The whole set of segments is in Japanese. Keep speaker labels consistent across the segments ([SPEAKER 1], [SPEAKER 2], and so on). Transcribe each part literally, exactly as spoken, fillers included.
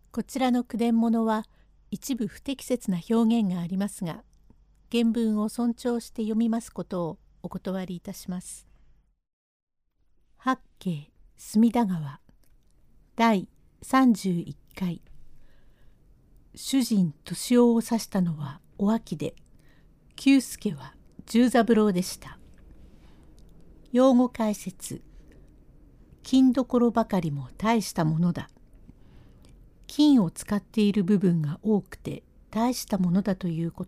[SPEAKER 1] こちらの句伝物は一部不適切な表現がありますが、原文を尊重して読みますことをお断りいたします。八景隅田川だいさんじゅういっかい。主人敏夫を指したのはお秋で、久助は十三郎でした。用語解説。金どころばかりも大したものだ。金を使っている部分が多くて大したものだということ。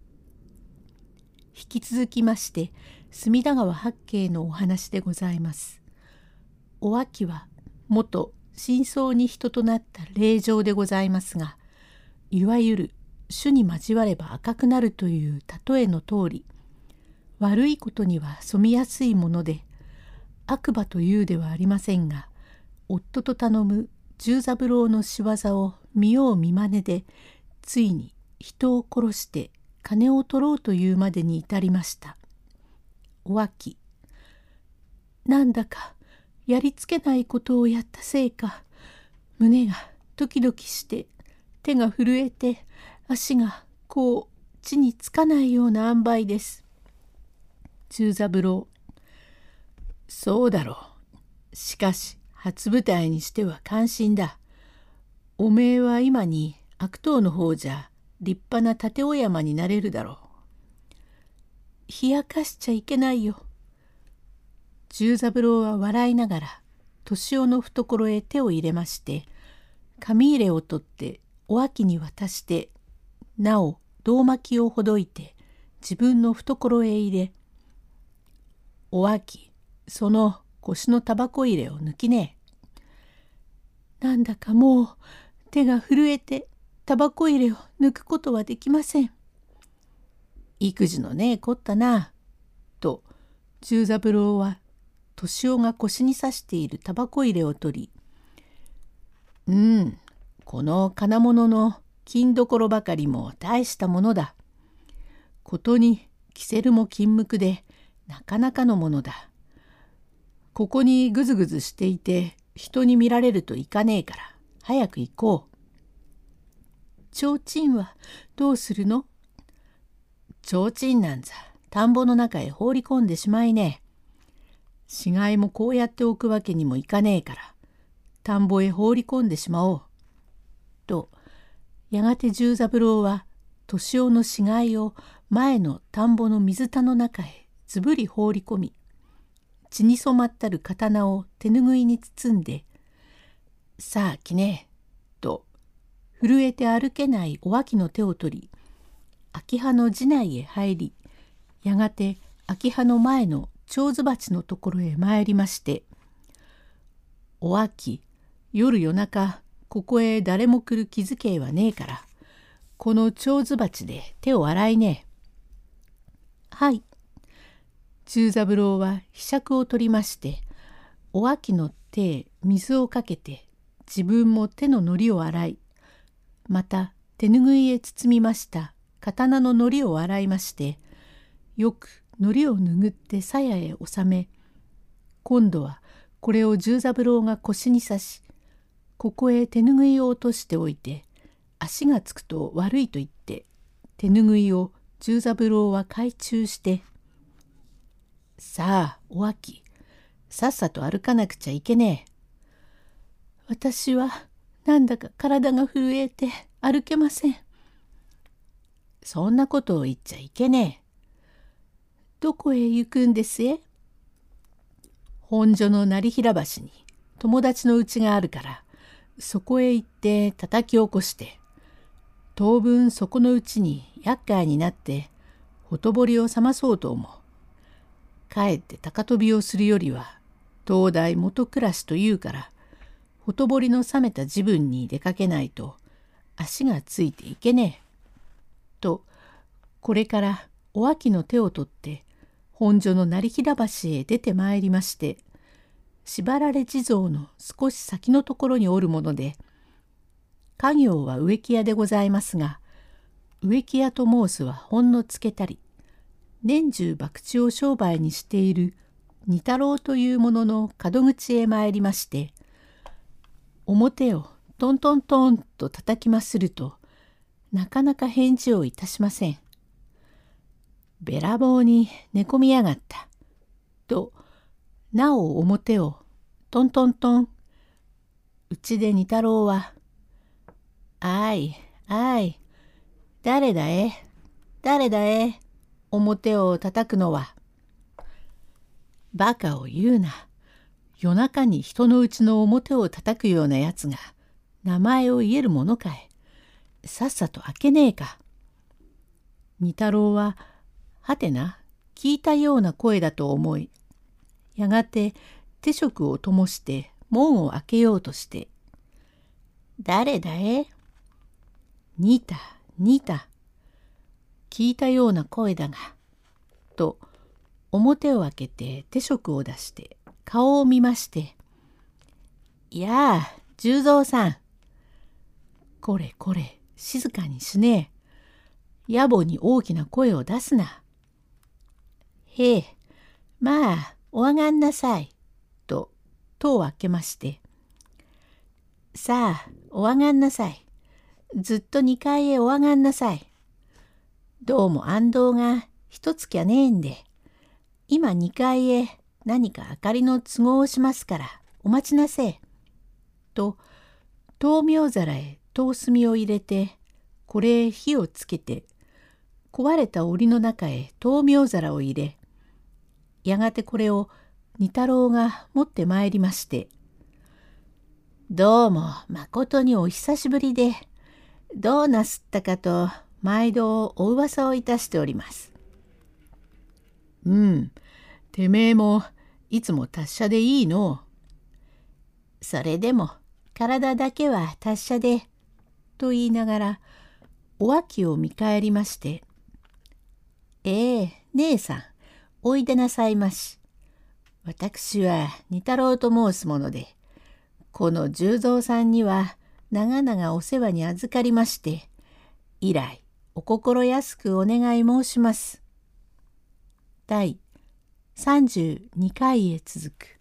[SPEAKER 1] 引き続きまして隅田川八景のお話でございます。お秋は元深層に人となった霊場でございますが、いわゆる主に交われば赤くなるという例えの通り、悪いことには染みやすいもので、悪魔というではありませんが、夫と頼む十三郎の仕業を見よう見まねで、ついに人を殺して金を取ろうというまでに至りました。お秋、なんだかやりつけないことをやったせいか、胸がドキドキして手が震えて足がこう地につかないような塩梅です。十三郎、そうだろう。しかし初舞台にしては感心だ。おめえは今に悪党の方じゃ立派な立尾山になれるだろう。冷やかしちゃいけないよ。十三郎は笑いながら敏夫の懐へ手を入れまして、紙入れを取ってお秋に渡して、なお胴巻きをほどいて自分の懐へ入れ、お秋、その腰のタバコ入れを抜きねえ。なんだかもう手が震えてタバコ入れを抜くことはできません。育児のねえこったな。と十三郎は敏夫が腰に刺しているタバコ入れを取り、うん、この金物の金どころばかりも大したものだ。ことに着せるも金無垢でなかなかのものだ。ここにぐずぐずしていて人に見られるといかねえから早く行こう。提灯はどうするの？提灯なんざ田んぼの中へ放り込んでしまいねえ。死骸もこうやっておくわけにもいかねえから田んぼへ放り込んでしまおう。とやがて十三郎は敏夫の死骸を前の田んぼの水田の中へずぶり放り込み、血に染まったる刀を手ぬぐいに包んで、さあ来ねえ、と震えて歩けないお秋の手を取り、秋葉の寺内へ入り、やがて秋葉の前の蝶子鉢のところへ参りまして、お秋、夜夜中ここへ誰も来る気づけはねえから、この蝶子鉢で手を洗いねえ。はい。十三郎は柄杓を取りまして、お秋の手へ水をかけて自分も手の糊を洗い、また手ぬぐいへ包みました刀の糊を洗いまして、よく糊を拭って鞘へ収め、今度はこれを十三郎が腰に刺し、ここへ手ぬぐいを落としておいて、足がつくと悪いと言って手ぬぐいを十三郎は懐中して、さあお秋、さっさと歩かなくちゃいけねえ。私はなんだか体が震えて歩けません。そんなことを言っちゃいけねえ。どこへ行くんですえ？本所の成平橋に友達の家があるから、そこへ行って叩き起こして、当分そこのうちに厄介になってほとぼりを覚まそうと思う。かえって高飛びをするよりは東大元暮らしというから、ほとぼりの冷めた時分に出かけないと足がついていけねえ。とこれからお秋の手を取って本所の成平橋へ出てまいりまして、縛られ地蔵の少し先のところにおるもので、家業は植木屋でございますが、植木屋と申すはほんのつけたり、年中博打を商売にしている二太郎というものの門口へ参りまして、表をトントントンと叩きますると、なかなか返事をいたしません。べらぼうに寝込みやがった。と、なお表をトントントン。うちで二太郎は、あい、あい、誰だえ、誰だえ、表を叩くのは。バカを言うな。夜中に人のうちの表を叩くようなやつが名前を言えるものかい。さっさと開けねえか。二太郎ははてな聞いたような声だと思い、やがて手燭を灯して門を開けようとして、誰だえ？にた、にた。聞いたような声だが、と表を開けて手燭を出して顔を見まして、いやあ、十三さん。これこれ、静かにしねえ。野暮に大きな声を出すな。へえ、まあ、お上がんなさい。と、戸を開けまして、さあ、お上がんなさい。ずっと二階へお上がんなさい。どうも安藤が一つきゃねえんで、今二階へ何か明かりの都合をしますからお待ちなせえ。と、灯明皿へ灯炭を入れて、これへ火をつけて、壊れた檻の中へ灯明皿を入れ、やがてこれを二太郎が持ってまいりまして、どうもまことにお久しぶりで、どうなすったかと毎度お噂をいたしております。うん、てめえもいつも達者でいいの。それでも体だけは達者で、と言いながらお秋を見返りまして、ええ、姉さん、おいでなさいまし。私は二太郎と申すもので、この十三さんには長々お世話に預かりまして、以来お心安くお願い申します。第さんじゅうにかいへ続く。